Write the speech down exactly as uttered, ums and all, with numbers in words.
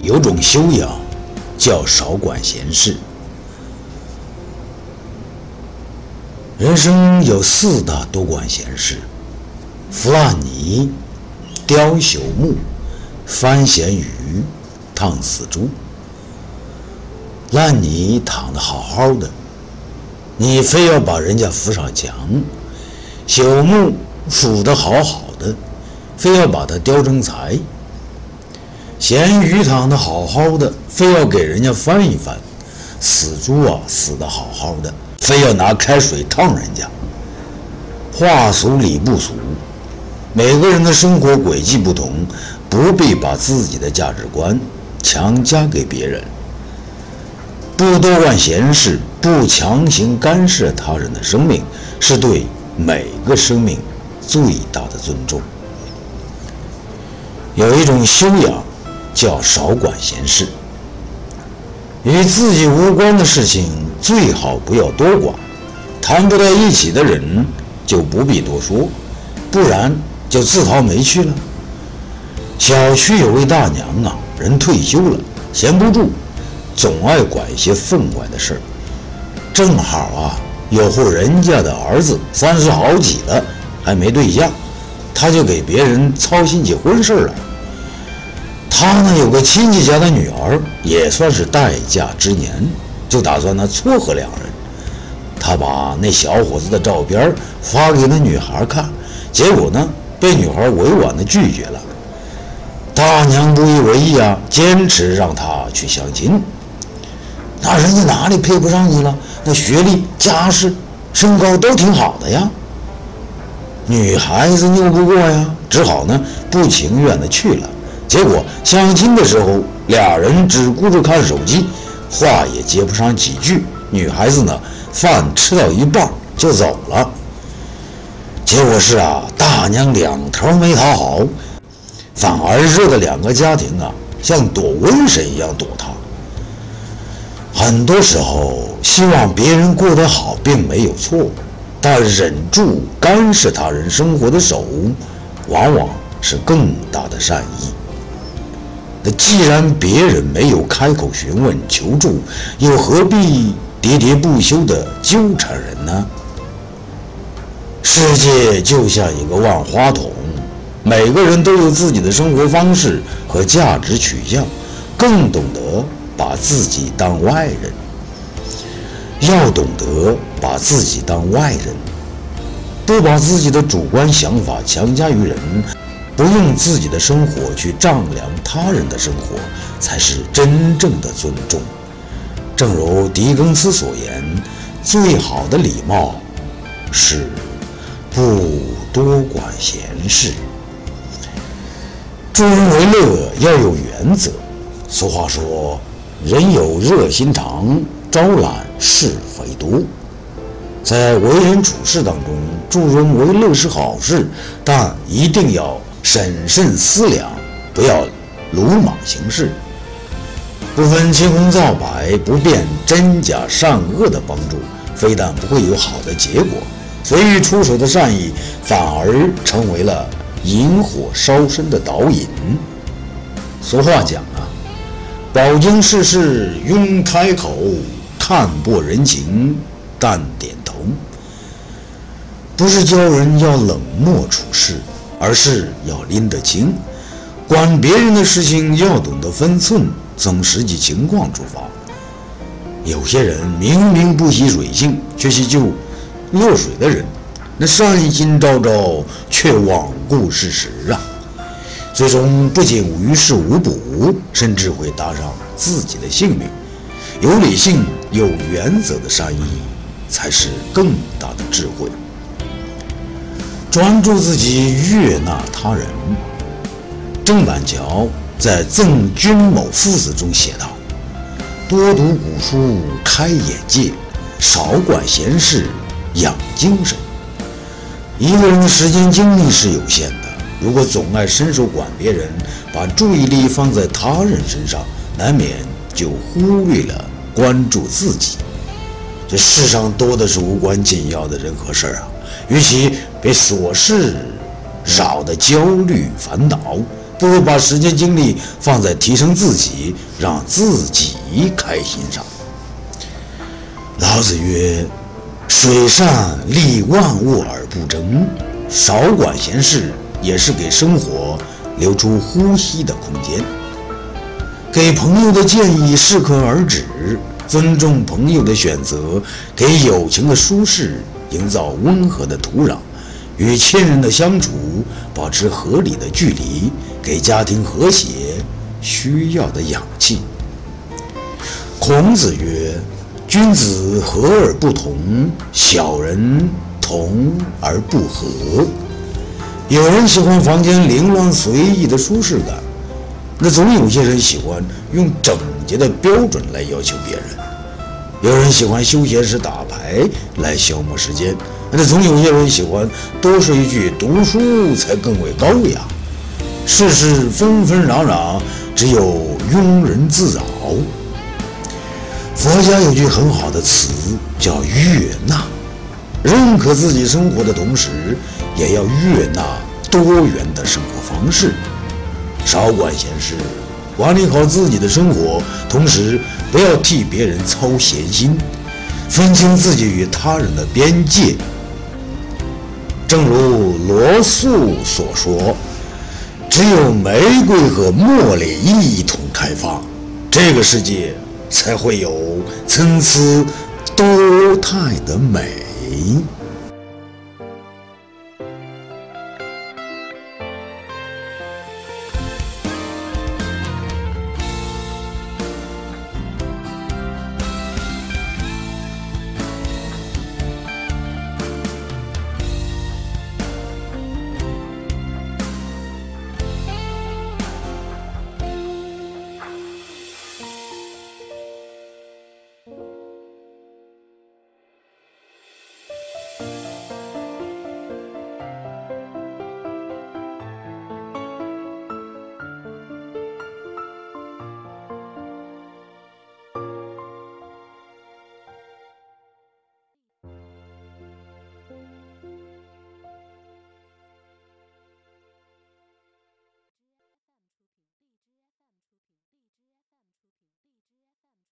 有种修养叫少管闲事。人生有四大多管闲事：拂烂泥、雕朽木、翻咸鱼、烫死猪。烂泥躺得好好的，你非要把人家扶上墙；朽木腐得好好的，非要把它雕成材；咸鱼躺得好好的，非要给人家翻一翻；死猪啊，死得好好的，非要拿开水烫人家。话俗理不俗，每个人的生活轨迹不同，不必把自己的价值观强加给别人。不多管闲事，不强行干涉他人的生命，是对每个生命最大的尊重。有一种修养叫少管闲事，与自己无关的事情最好不要多管，谈不到一起的人就不必多说，不然就自讨没趣了。小区有位大娘啊，人退休了，闲不住，总爱管一些分外的事儿。正好啊，有户人家的儿子三十好几了，还没对象，他就给别人操心起婚事来。他呢有个亲戚家的女儿，也算是待嫁之年，就打算呢撮合两人。他把那小伙子的照片发给那女孩看，结果呢被女孩委婉的拒绝了。大娘不以为意啊，坚持让他去相亲。那人家哪里配不上你了？那学历、家世、身高都挺好的呀。女孩子拗不过呀，只好呢不情愿的去了。结果相亲的时候，俩人只顾着看手机，话也接不上几句。女孩子呢，饭吃到一半就走了。结果是啊，大娘两头没讨好，反而热的两个家庭啊，像躲瘟神一样躲她。很多时候，希望别人过得好并没有错，但忍住干涉他人生活的手，往往是更大的善意。那既然别人没有开口询问求助，又何必喋喋不休地纠缠人呢？世界就像一个万花筒，每个人都有自己的生活方式和价值取向，更懂得把自己当外人。要懂得把自己当外人，不把自己的主观想法强加于人，不用自己的生活去丈量他人的生活，才是真正的尊重。正如狄更斯所言，最好的礼貌是不多管闲事。助人为乐要有原则。俗话说，人有热心肠，招揽是非多。在为人处事当中，助人为乐是好事，但一定要审慎思量，不要鲁莽行事。不分青红皂白，不辨真假善恶的帮助，非但不会有好的结果，随意出手的善意反而成为了引火烧身的导引。俗话讲啊，饱经世事拥开口，看破人情淡点头。不是教人要冷漠处事，而是要拎得清。管别人的事情要懂得分寸，从实际情况出发。有些人明明不习水性，却去救落水的人，那善心昭昭，却罔顾事实啊！最终不仅于事无补，甚至会搭上自己的性命。有理性、有原则的善意，才是更大的智慧。专注自己，悦纳他人。郑板桥在《赠君某父子》中写道：多读古书，开眼界；少管闲事，养精神。一个人的时间精力是有限的，如果总爱伸手管别人，把注意力放在他人身上，难免就忽略了关注自己。这世上多的是无关紧要的人和事儿啊，与其被琐事扰得焦虑烦恼，不不如把时间精力放在提升自己，让自己开心上。老子曰：水善利万物而不争，少管闲事也是给生活留出呼吸的空间。给朋友的建议适可而止，尊重朋友的选择，给友情的舒适营造温和的土壤，与亲人的相处保持合理的距离，给家庭和谐需要的氧气。孔子曰：君子和而不同，小人同而不和。有人喜欢房间凌乱随意的舒适感，那总有些人喜欢用整洁的标准来要求别人。有人喜欢休闲时打牌来消磨时间，那总有些人喜欢多说一句读书才更为高雅。世事纷纷攘攘，只有庸人自扰。佛家有句很好的词叫悦纳，认可自己生活的同时，也要悦纳多元的生活方式。少管闲事，管理好自己的生活，同时不要替别人操闲心，分清自己与他人的边界。正如罗素所说，只有玫瑰和茉莉一同开放，这个世界才会有参差多态的美。